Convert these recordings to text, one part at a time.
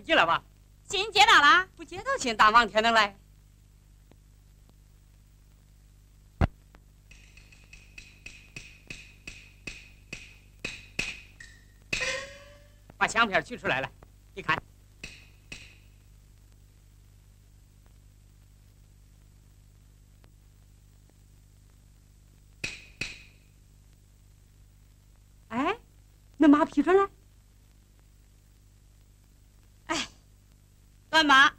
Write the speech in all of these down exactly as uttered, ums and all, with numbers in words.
你寄了吧？ 信接到了？ 不接到信，大忙天能来？把相片取出来了，你看。哎，那马批准了。 哎，干嘛？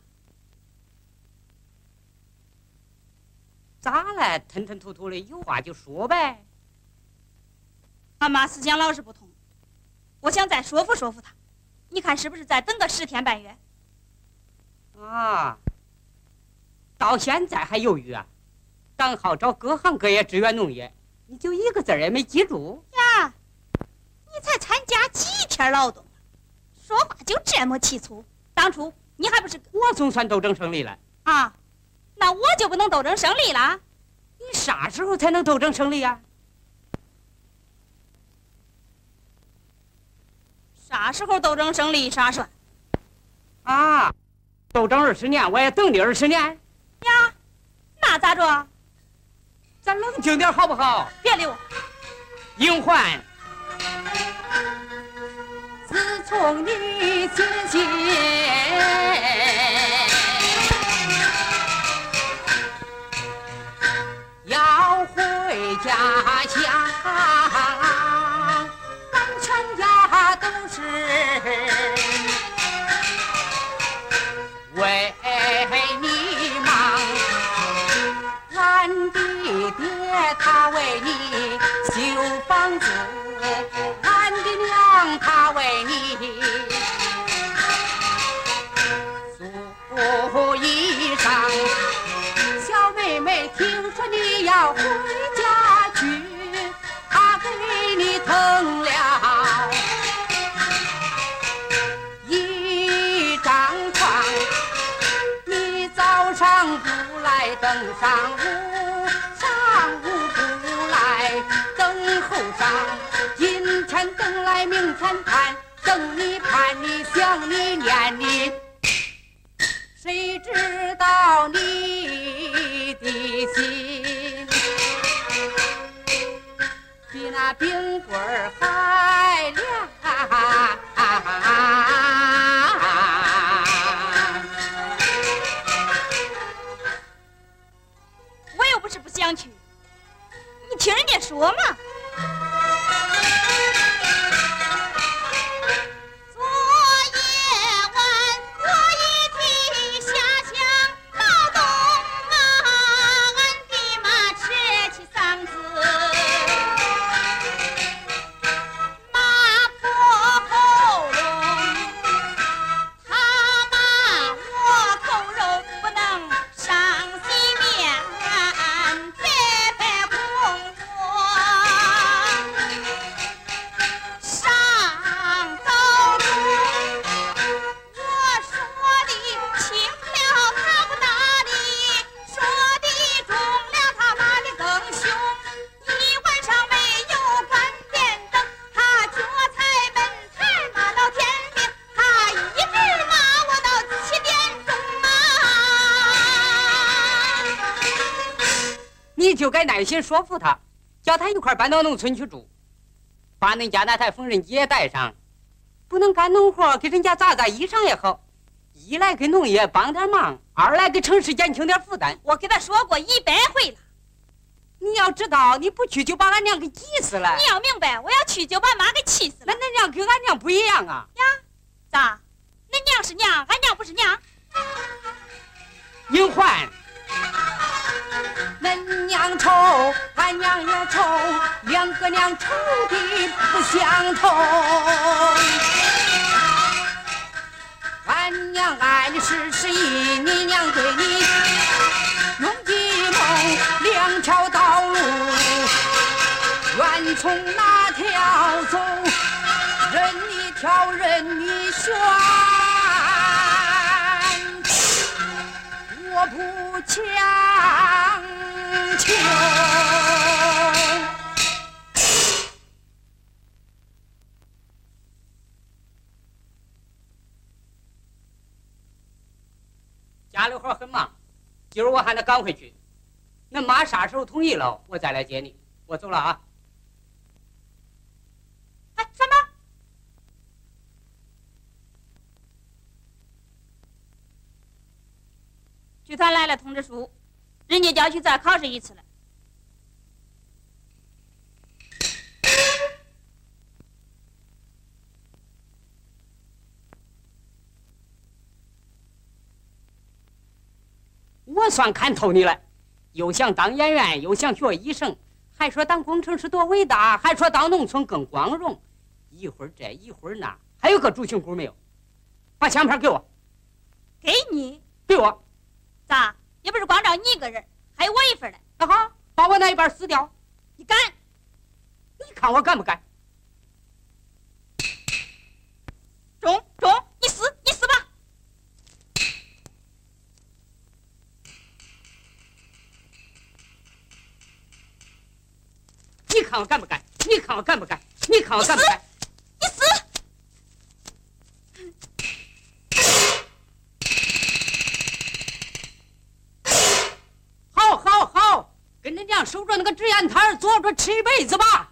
咋了？吞吞吐吐的，有话就说呗。 俺妈思想老是不同，我想再说服说服她，你看是不是再等个十天半月？ 啊，到现在还犹豫啊？党号召各行各业支援农业，你就一个字也没记住呀？你才参加几天劳动，说话就这么气粗？当初你还不是…… 我总算斗争胜利了啊，那我就不能斗争胜利了？ 你啥时候才能斗争胜利啊？ 啥时候斗争胜利啥算？ 啊，斗争二十年，我也等你二十年。 呀，那咋着？ 咱冷静点好不好？ 别理我。 英焕，自从你自己要回家乡，咱全家都是为你忙。俺的爹他为你修房子，俺的娘她为你做衣裳。小妹妹听说你要回家去，她给你腾了一张床，你早上不来登上午，上午不来等后晌，今天等来明天盼，等你盼你想你念你，谁知道你的心比那冰棍儿还凉。 我又不是不想去，你听人家说嘛。 就该耐心说服他，叫他一块搬到农村去住，把恁家那台缝纫机也带上，不能干农活，给人家砸砸衣裳也好。一来给农业帮点忙，二来给城市减轻点负担。 我给他说过一百回了。 你要知道，你不去就把俺娘给急死了。 你要明白，我要去就把妈给气死了。 那恁娘跟俺娘不一样啊！ 呀，咋？恁娘是娘，俺娘不是娘？ 英焕。恁娘丑，俺娘也丑，两个娘丑的不相同。俺娘爱你是十一，你娘对你用计谋，两条道路，愿从哪条走，任你挑，任你选，我不强求。 家里活很忙，今儿我还得赶回去。恁妈啥时候同意了，我再来接你。我走了啊。 哎，什么？剧团来了通知书，人家就要去再考试一次了。 我算看透你了，又想当演员，又想学医生，还说当工程师多伟大，还说当农村更光荣，一会儿这一会儿那，还有个主心骨没有？把相片给我。 给你？ 给我。 咋？也不是光照你一个人，还有我一份呢。 啊哈，把我那一半撕掉。 你敢？ 你看我敢不敢？ 中中，你撕，你撕吧。 你看我敢不敢？你看我敢不敢？你看我敢不敢？ 你撕！ 好，好，好，跟恁娘守着那个纸烟摊坐着吃一辈子吧。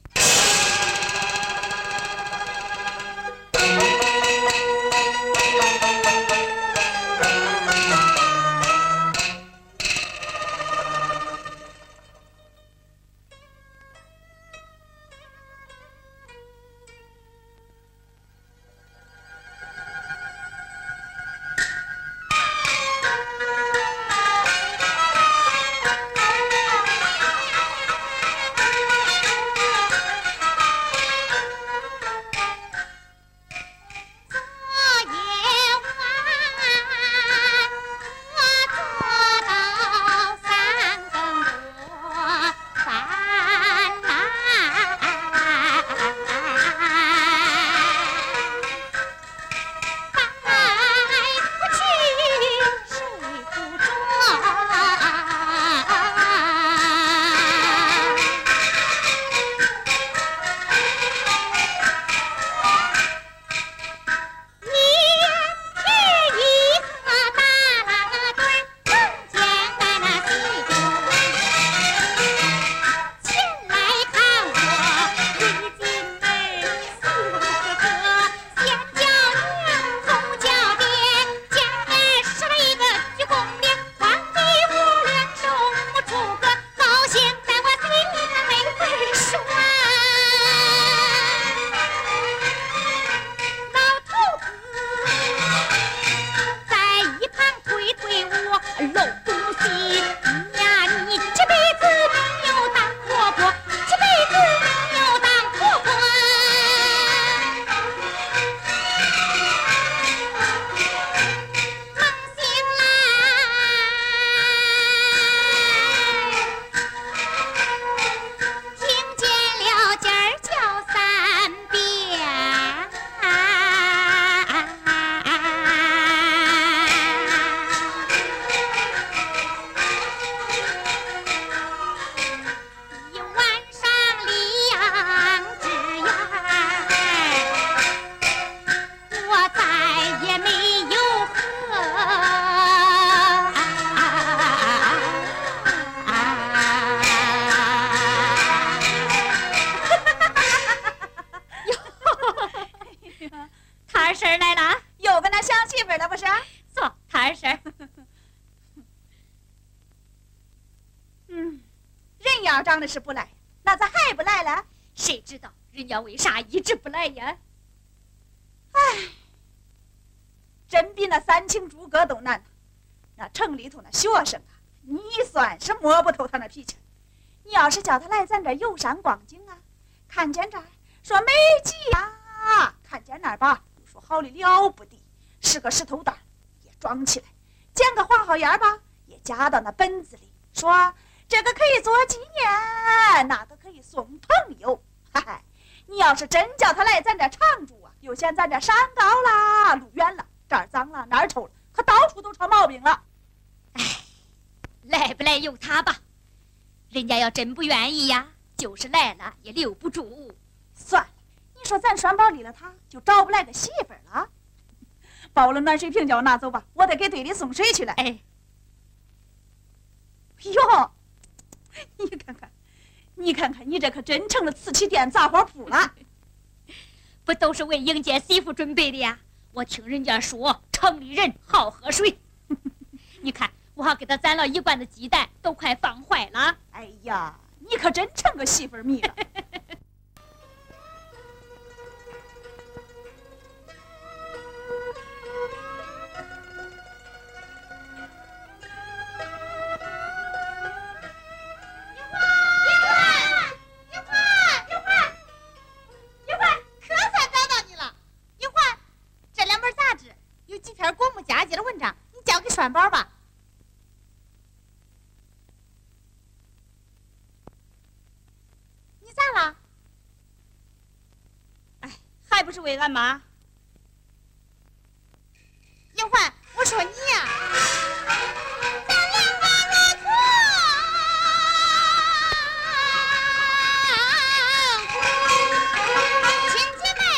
长的是不来，那咋还不来了？ 谁知道人家为啥一直不来呀？ 唉，真比那三清诸葛都难。那城里头那学生啊，你算是摸不透他那脾气。你要是叫他来咱这游山逛景啊，看见这儿说美极呀，看见那儿吧又说好的了不得，是个石头蛋也装起来，捡个黄好烟吧也夹到那本子里，说这个可以做纪念，那个可以送朋友。嗨嗨，你要是真叫他来咱这常住啊，又嫌咱这山高啦，路远了，这儿脏了那儿臭了，可到处都成毛病了。 哎，来不来由他吧，人家要真不愿意呀，就是来了也留不住。 算了，你说咱拴宝离了他，就找不来个媳妇儿了。 包了暖水瓶叫我拿走吧，我得给堆里送水去了。 哎， 哟，你看看，你看看，你这可真成了瓷器店杂货铺了。 不都是为迎接媳妇准备的呀？我听人家说城里人好喝水，你看我还给他攒了一罐子鸡蛋，都快放坏了。 哎呀，你可真成个媳妇蜜了。 饭包吧。你咋了？ 哎，还不是为俺妈。 英焕，我说你呀、咱两个人错，亲姐妹。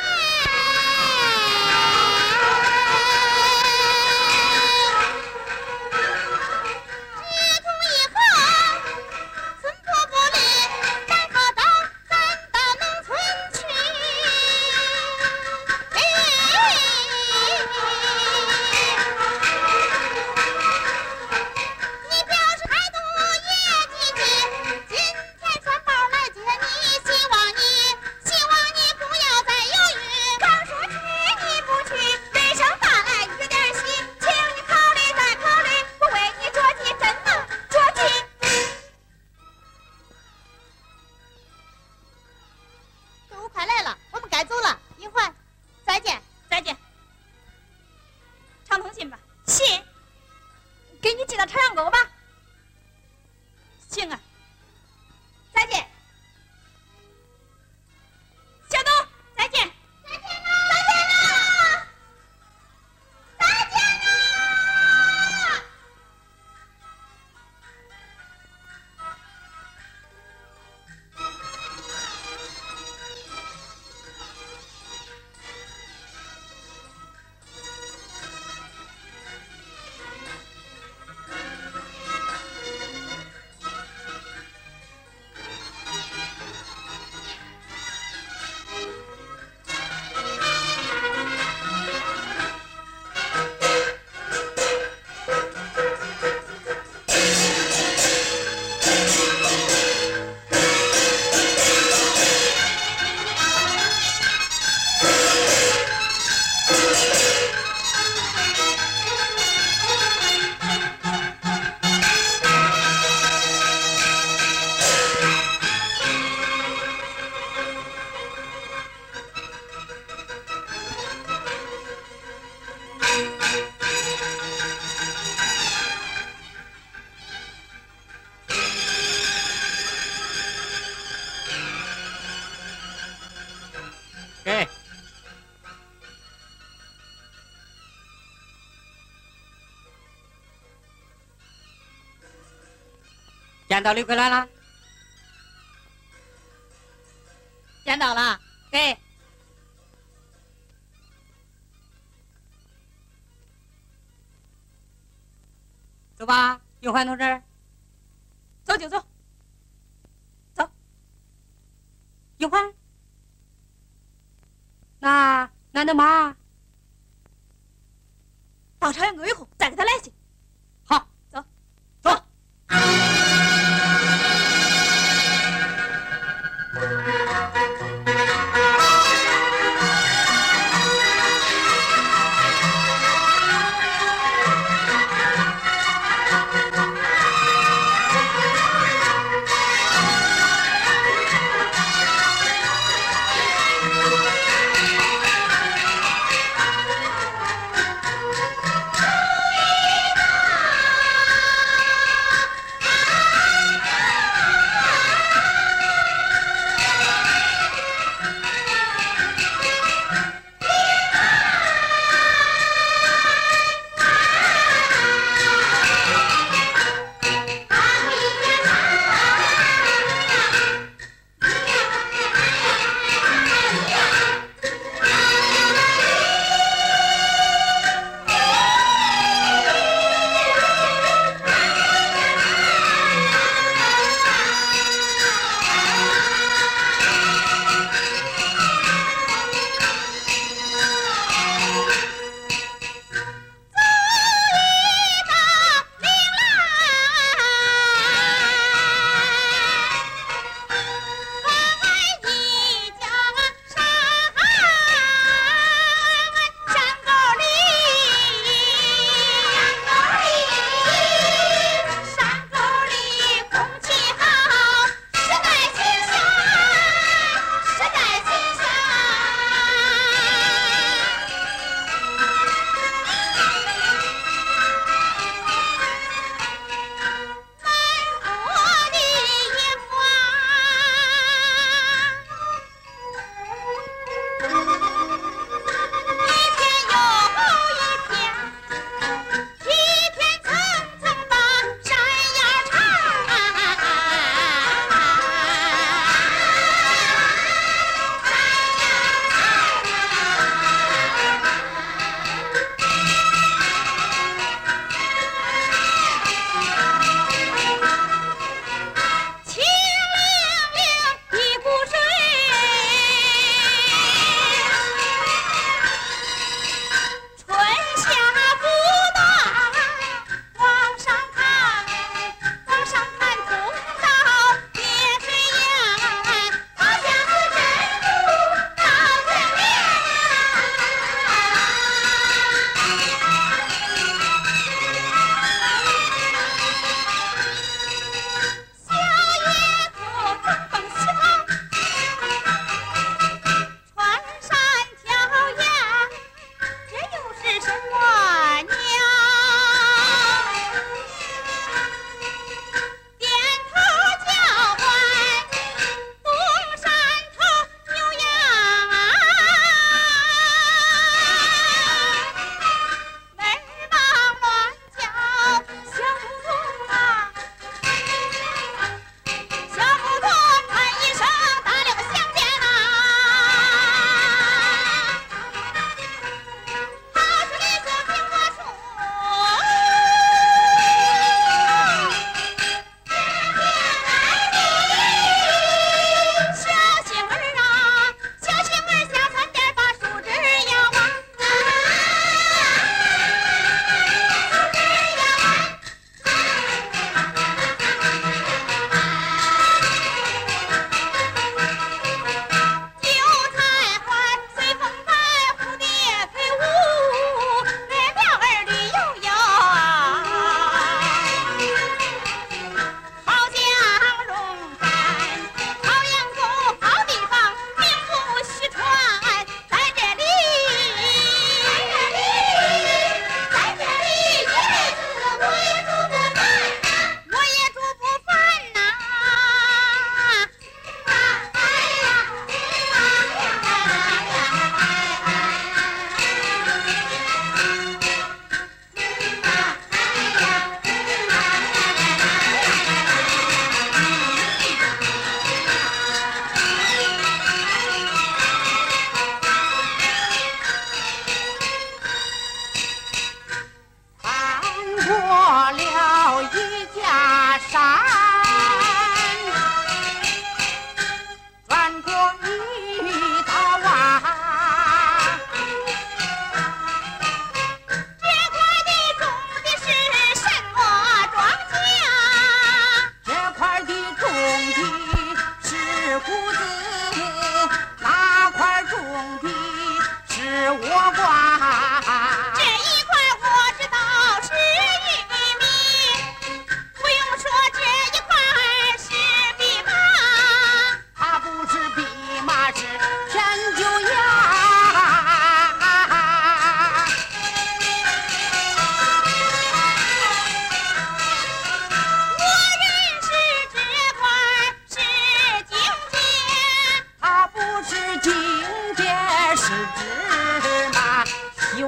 给，见到李桂兰了？ 见到了，给。 走吧，有欢同志。 走就走。走。 有欢。那那恁妈到朝阳沟以后再给他来信。 好， 走， 走。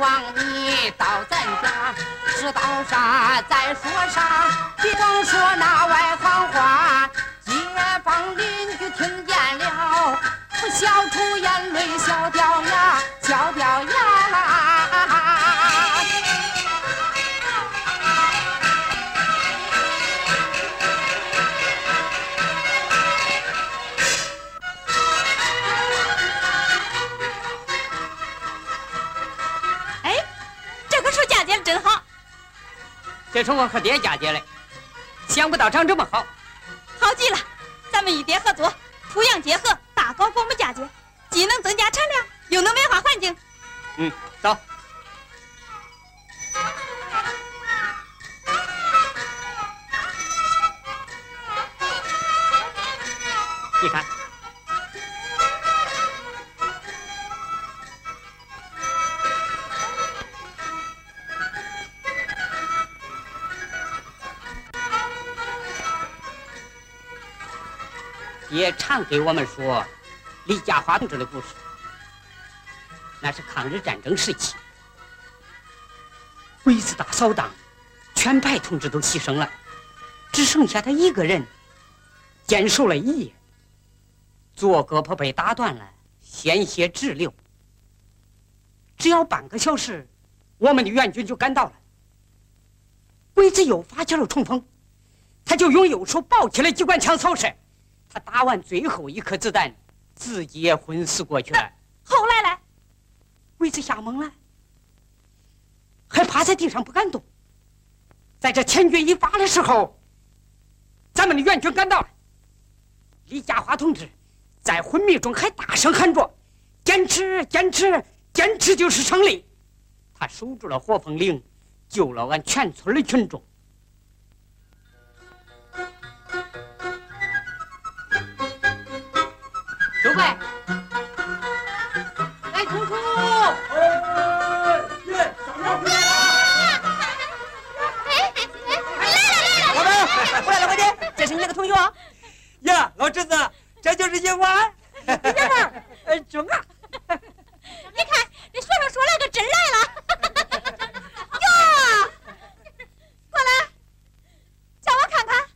望你到咱家，知道啥再说啥，别光说那外行话。街坊邻居听见了，不笑出眼泪，笑掉牙，笑掉牙。 哎，这棵树嫁接的真好。 这是我和爹嫁接的，想不到长这么好。 好极了，咱们与爹合作，土洋结合，大搞广播嫁接，既能增加产量，又能美化环境。 嗯，走。你看，爹常给我们说李家华同志的故事。那是抗日战争时期，鬼子大扫荡，全排同志都牺牲了，只剩下他一个人坚守了一夜，左胳膊被打断了，鲜血直流。只要半个小时，我们的援军就赶到了。鬼子又发起了冲锋，他就用右手抱起了机关枪扫射。他打完最后一颗子弹，自己也昏死过去了。 后来呢？ 鬼子吓懵了，还趴在地上不敢动。在这千钧一发的时候，咱们的援军赶到了。李家华同志在昏迷中还大声喊着：“坚持，坚持，坚持就是胜利！”他守住了火凤岭，救了俺全村的群众。 走呗。来，叔叔。 老板，回来了，快点！这是你那个同学啊？呀，老侄子，这就是叶娃。叶娃，呃，中啊！ 你看，这学生说了个真来了。哟，过来，叫我看看。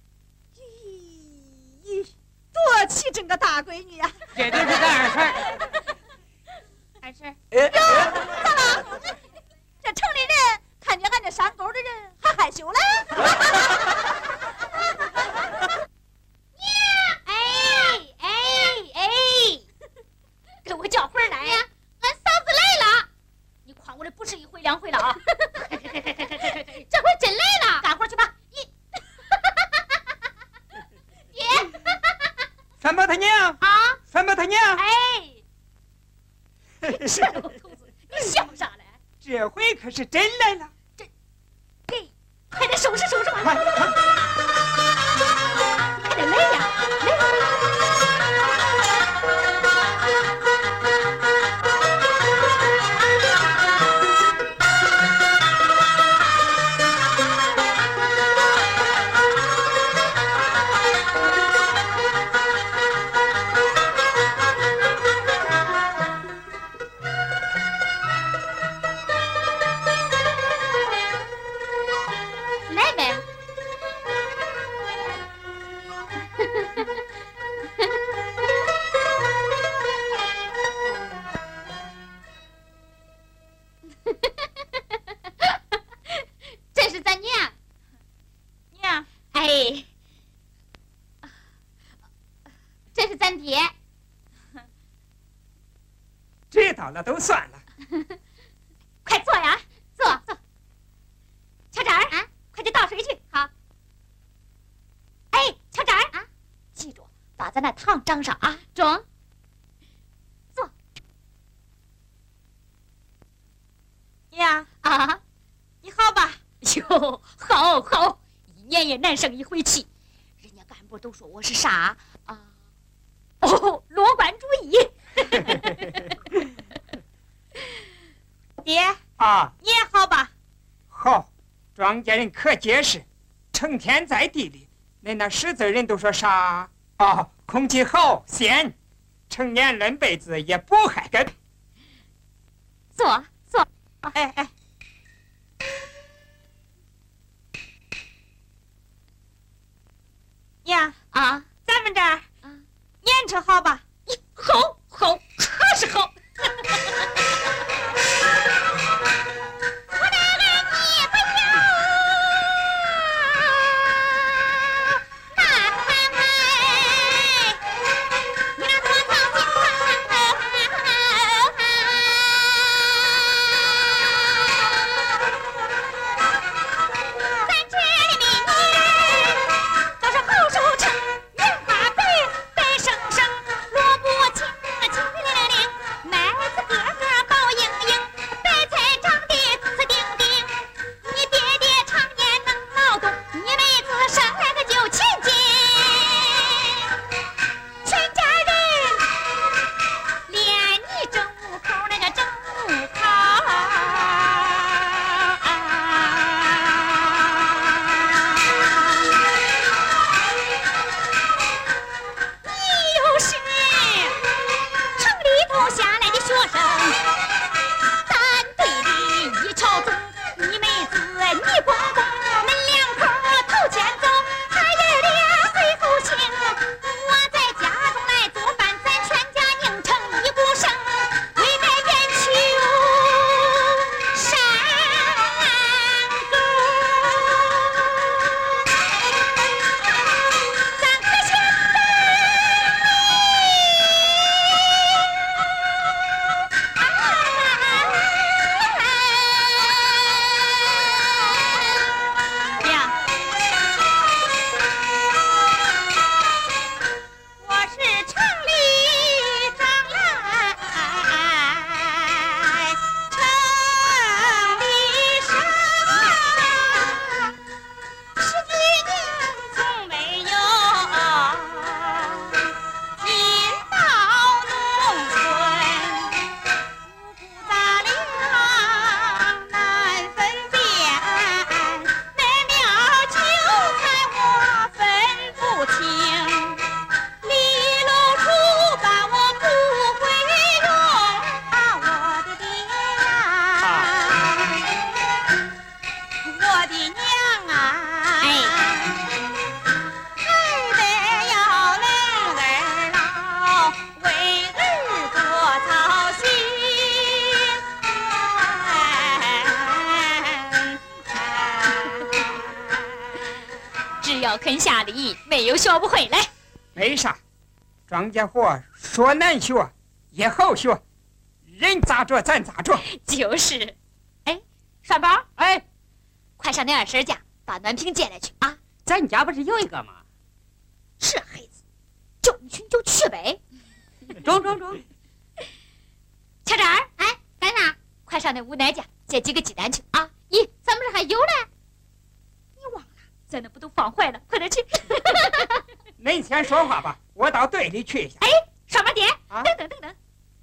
咦，多气整个大闺女呀！ 这都是咱二婶。 二婶。 哟，咋了？这城里人看见俺这山沟的人还害羞嘞？ 哎哎哎，给我叫回来！俺嫂子来了，你诓我的不是一回两回了啊！这回真来了，干活去吧！你，爹， 三宝他娘啊， 三宝他娘， 哎，这老头子，你笑啥嘞？ 这回可是真来了。 给，快点收拾收拾吧！ 快快！ 快点来呀，来！来呗！这是咱娘， 娘， 哎，这是咱爹。 知道了都算了。 快坐呀，坐坐。乔展啊，快去倒水去。好。哎，乔展啊，记住把咱那汤装上啊。中。坐。 娘啊， 你好吧？ 哟，好好，一年也难生一回气。人家干部都说我是啥啊？哦，罗贯主义。 爹啊， 你也好吧？ 好，庄稼人可结实，成天在地里。那那识字人都说啥？哦，空气好鲜，成年论辈子也不害个。 坐坐。 哎哎，娘啊， 咱们这儿啊， 年车好吧？ 好，好，可是好。 只要肯下力，没有学不会来。 没啥，庄稼活说难学也好学，人咋着咱咋着。 就是，哎，栓宝，哎，快上那二婶家把暖瓶借来去啊！ 咱家不是有一个吗？ 是孩子，叫你去你就去呗。 中中中。 巧珍儿，哎，干啥？快上那五奶家借几个鸡蛋去啊！咦，咱们这还有呢。你忘了，咱那不都放坏了？快点去。 恁先说话吧，我到队里去一下。 哎，上班爹， 啊、 等等等等，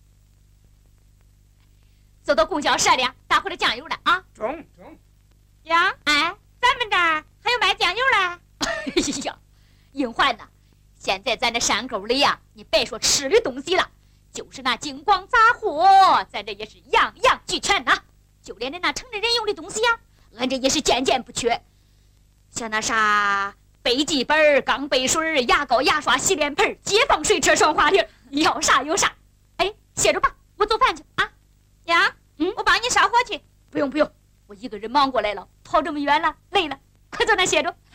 走到供销社里打回来酱油了啊！ 中中。 呀， 哎， 咱们这儿还有卖酱油的。 哎呀，英焕呐，现在咱这山沟里呀，你别说吃的东西了，就是那精光杂货，咱这也是样样俱全呐。就连那那成人用的东西呀，俺这也是件件不缺。像那啥笔记本、钢杯水、牙膏、牙刷、洗脸盆、解放水车、双滑梯，要啥有啥。哎，歇着吧，我做饭去啊。 呀， 嗯， 我帮你烧火去。 不用不用，我一个人忙过来了，跑这么远了，累了，快坐那歇着。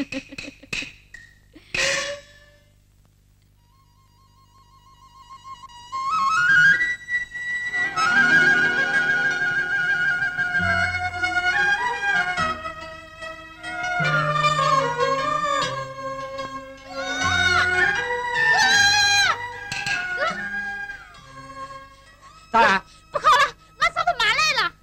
咋了？ 不考了，俺嫂子妈来了。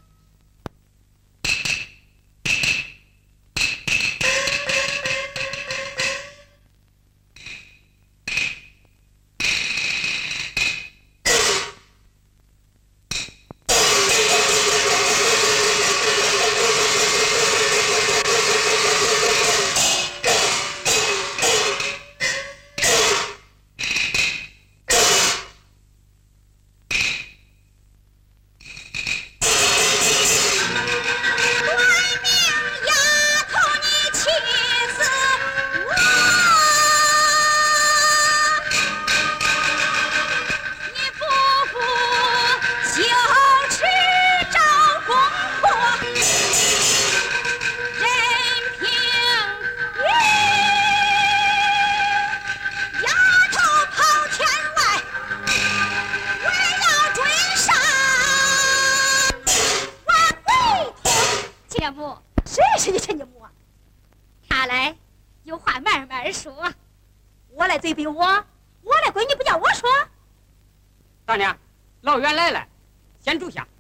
来嘴比我？我的闺女不叫我说？ 大娘，老远来了，先住下。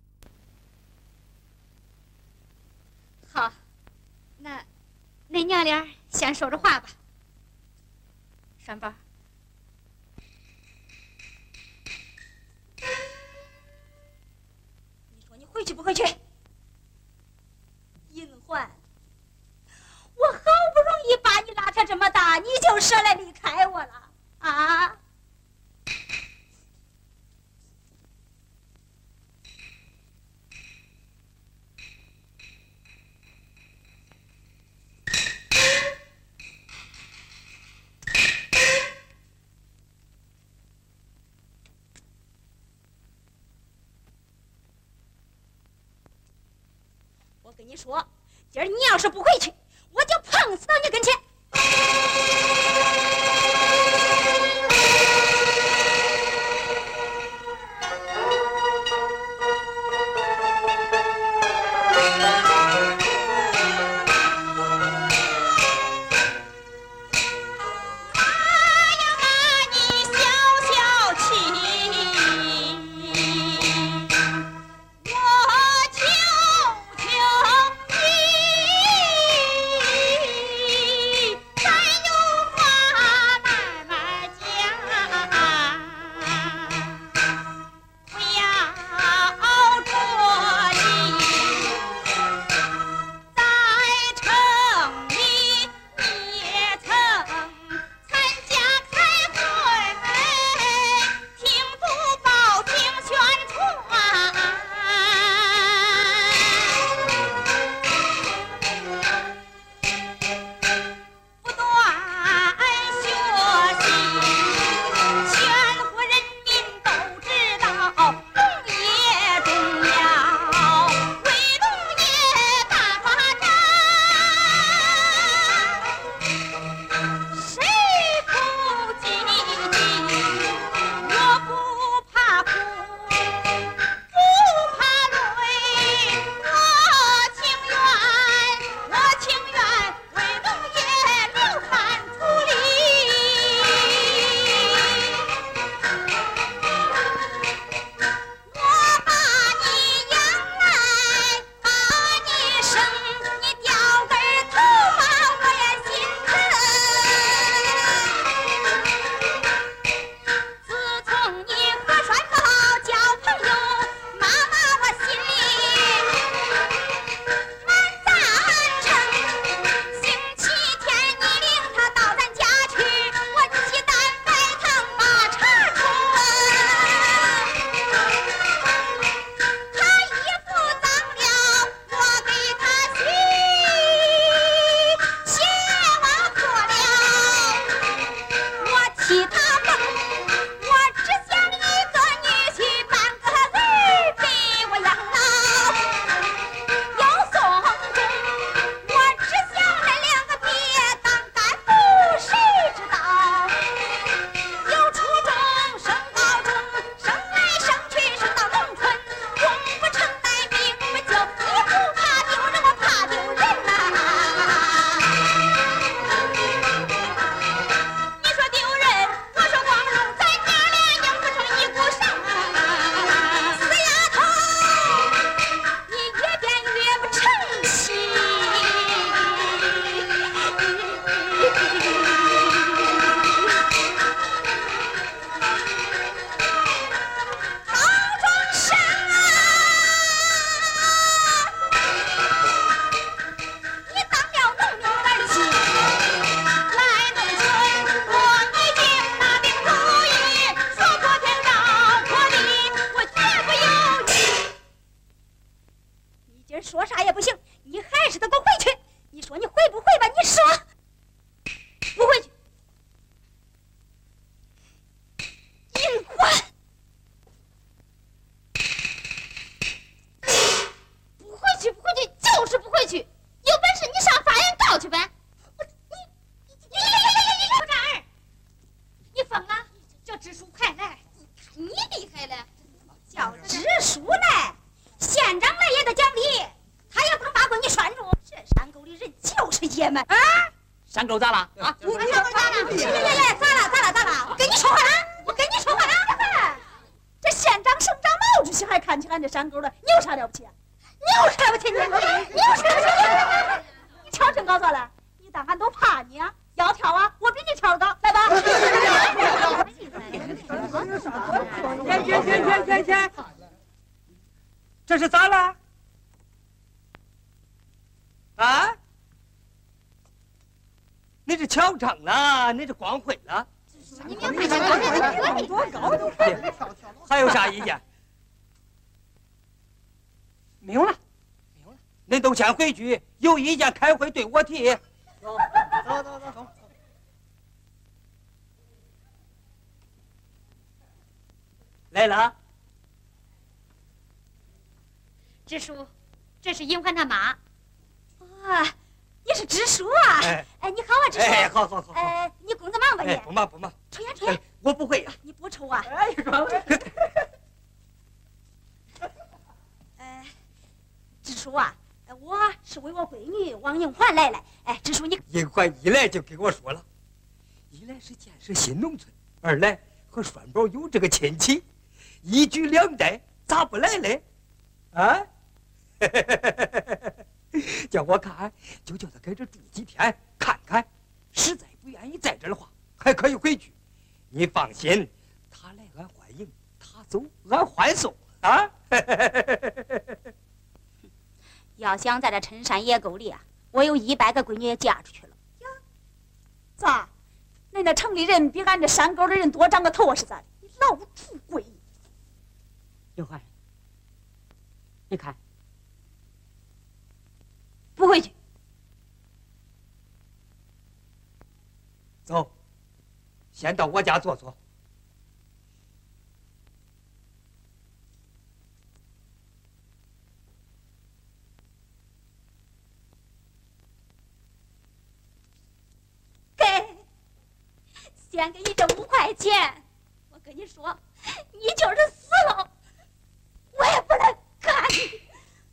好，那恁娘俩先说着话吧。栓宝， 你说你回去不回去？银环，我好不容易把你拉扯这么大，你就舍来离开我了啊！我跟你说，今儿你要是不回去，我就碰死到你跟前。 山沟咋了？啊， 山沟咋了？ 爷爷爷，咋了咋了咋了？我跟你说话了，我跟你说话了。这县长、省长、毛主席还看起俺这山沟了，你有啥了不起？你有啥了不起？你你有啥了不起？你跳真高咋了？你当俺都怕你啊？要跳啊，我比你跳高，来吧。 先先先先先先，这是咋了？啊？那是敲掌了，那是光辉了。 你们看多高都可以。 还有啥意见？没有了，没有了。恁都先回去，有意见开会对我提。走走走走走。来了。 支书，这是银环他妈。 啊，你是支书啊？ 哎， 哎，你好啊，支书。 哎，好好好。 哎，你工作忙吧你？ 不忙不忙。 抽烟抽烟。 我不会呀。 你不抽啊？ 哎，装的。 哎，支书啊，我是为我闺女王银环来了。哎，支书你。 银环一来就跟我说了，一来是建设新农村，二来和栓宝有这个亲戚，一举两得，咋不来嘞？啊？叫我看，就叫他在这住几天看看，实在不愿意在这儿的话，还可以回去。你放心，他来俺欢迎，他走俺欢送啊！ 要想在这陈山野沟里啊，我有一百个闺女也嫁出去了。呀，咋？恁那城里人比俺这山沟的人多长个头啊？是咋的？你老出轨！ 银环，你看。 不回去， 走，先到我家坐坐。 给，先给你这五块钱。我跟你说，你就是死了，我也不能干你。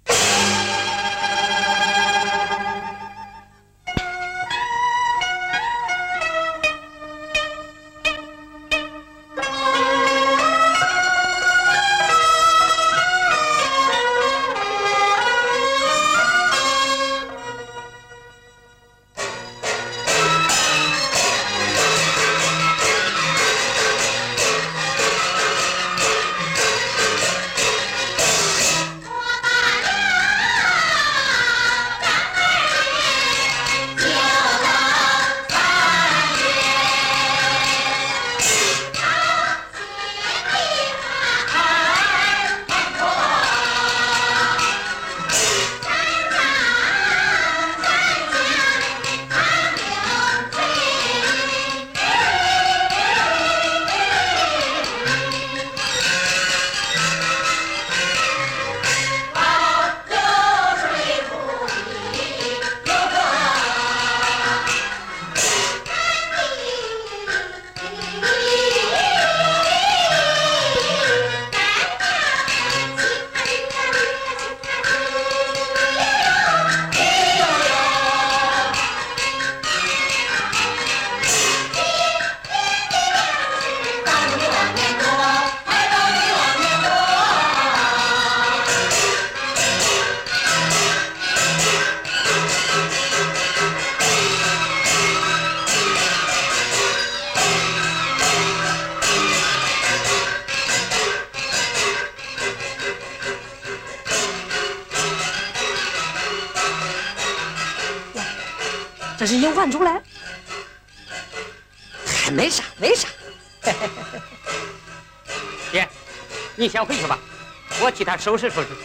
这是银环出来，还没啥没啥。爹，你先回去吧，我替他收拾收拾。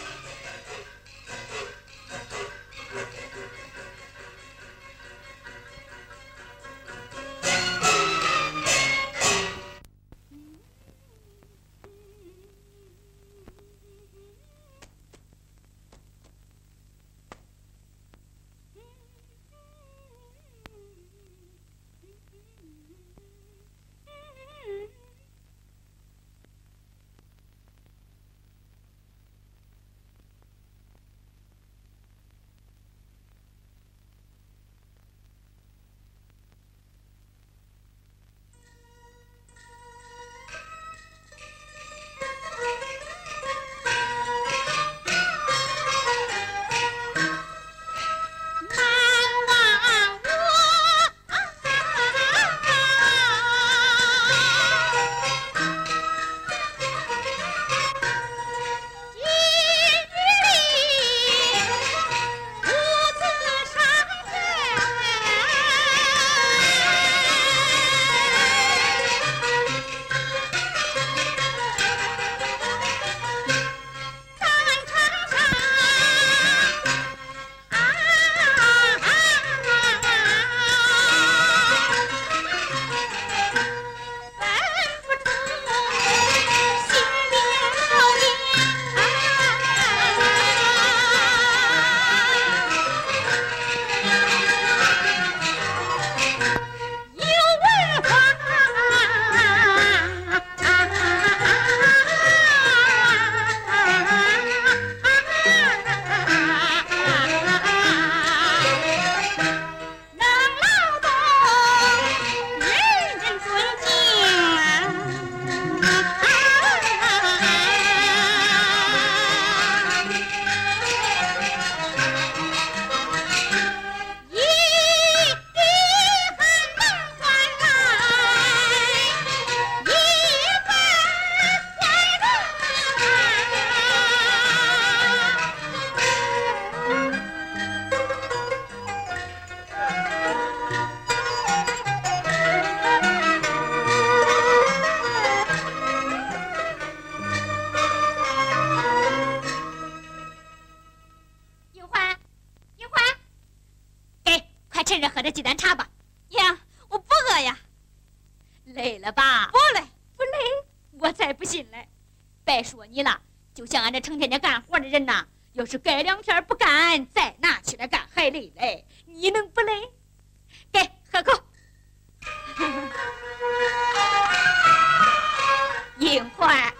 喝点鸡蛋茶吧。 娘，我不饿呀。 累了吧？ 不累， 不累，我才不信嘞！别说你了，就像俺这成天天干活的人呐，要是改两天不干，再拿起来干还累嘞。你能不累？给喝口。银环。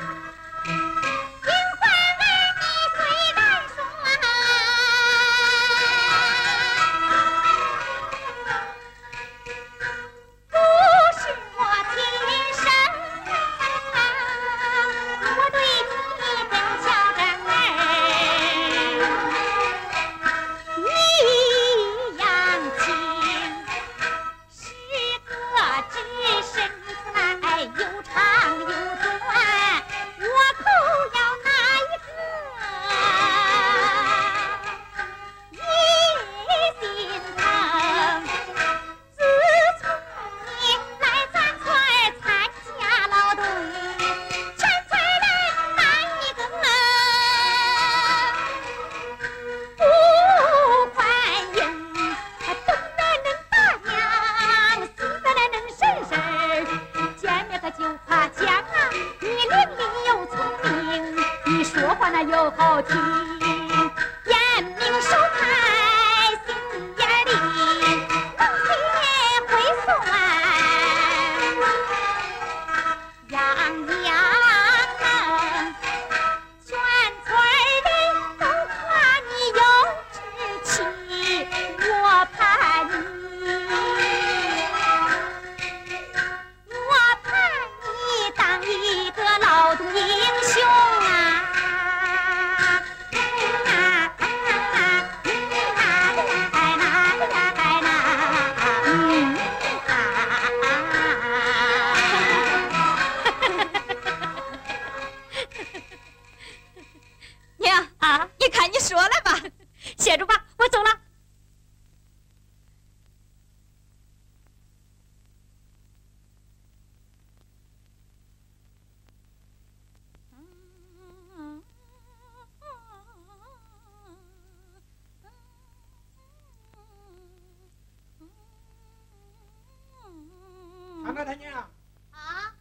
看看他娘啊！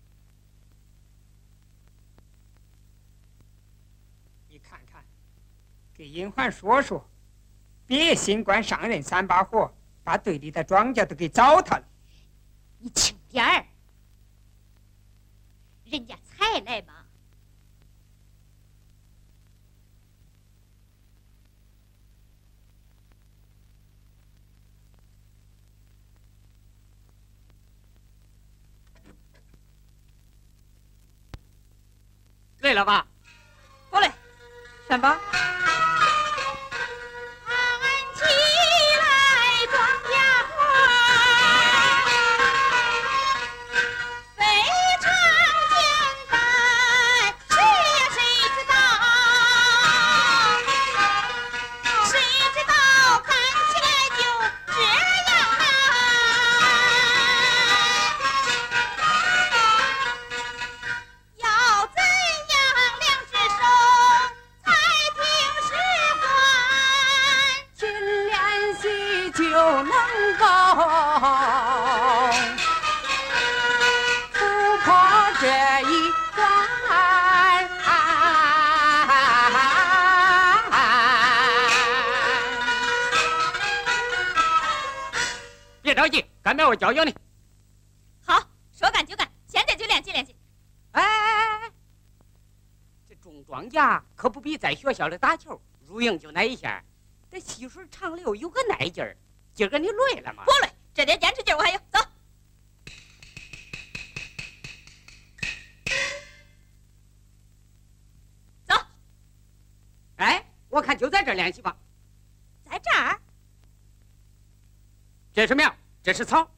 你看看，给银环说说，别新官上任三把火，把队里的庄稼都给糟蹋了。 你轻点儿，人家才来嘛。 累了吧？ 不累，选吧。 别着急，干面我教教你。 好，说干就干，现在就练习练习。 哎哎哎，这种庄稼可不比在学校里打球入营就那一下，这细水长流有个耐劲儿。今儿个你累了吗？ 不累，这点坚持劲我还有。走。走。 哎，我看就在这儿练习吧。 在这儿？ 这是苗，这是草。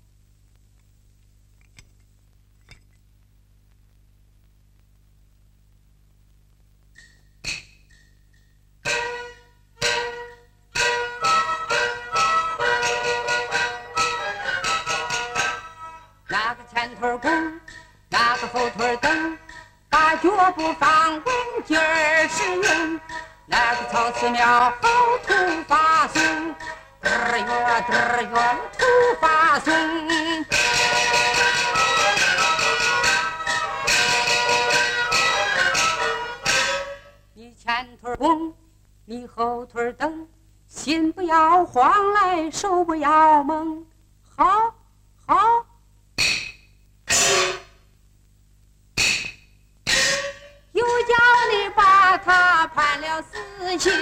那个前腿弓，那个后腿蹬，把脚步放稳，劲儿使用。那个草丝苗后土发松。 儿月嘚儿月头发松，你前腿弓，你后腿蹬，心不要慌来，手不要猛，好，好。又叫你把他判了死刑。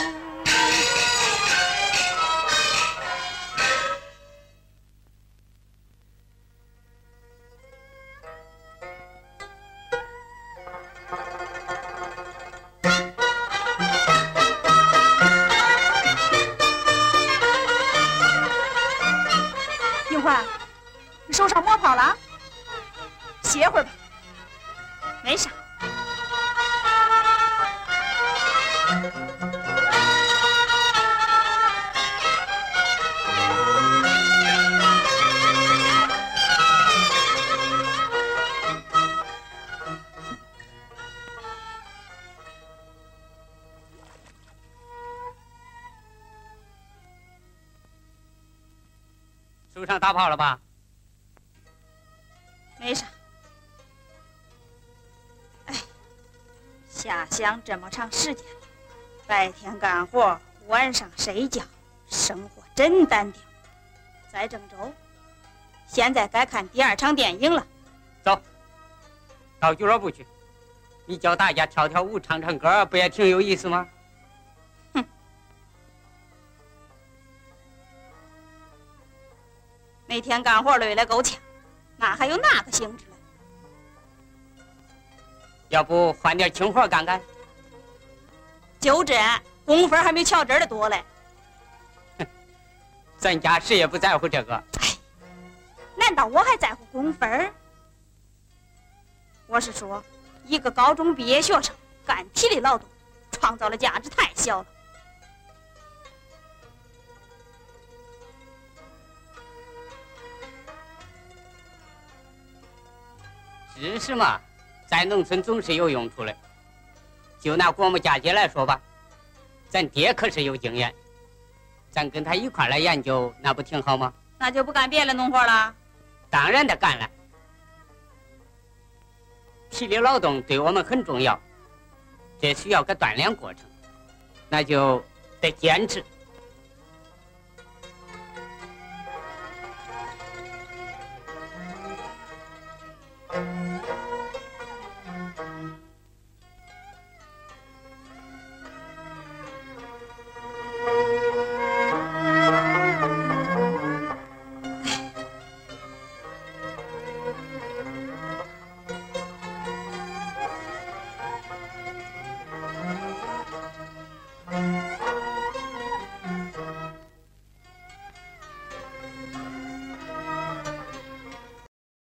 英焕，你手上磨跑了，歇会儿吧。 没啥。 手上打跑了吧？ 没啥。哎，下乡这么长时间了，白天干活，晚上睡觉，生活真单调。在郑州，现在该看第二场电影了。 走，到俱乐部去，你教大家跳跳舞、唱唱歌，不也挺有意思吗？ 每天干活累得够呛，哪还有那个兴致了？ 要不换点轻活干干？ 就这工分还没乔真的多嘞。 咱家谁也不在乎这个。 哎，难道我还在乎工分？我是说，一个高中毕业学生干体力劳动，创造的价值太小了。 知识嘛，在农村总是有用处的。就拿国木家姐来说吧，咱爹可是有经验，咱跟他一块来研究，那不挺好吗？ 那就不干别的农活了？ 当然得干了。体力劳动对我们很重要，这需要个锻炼过程，那就得坚持。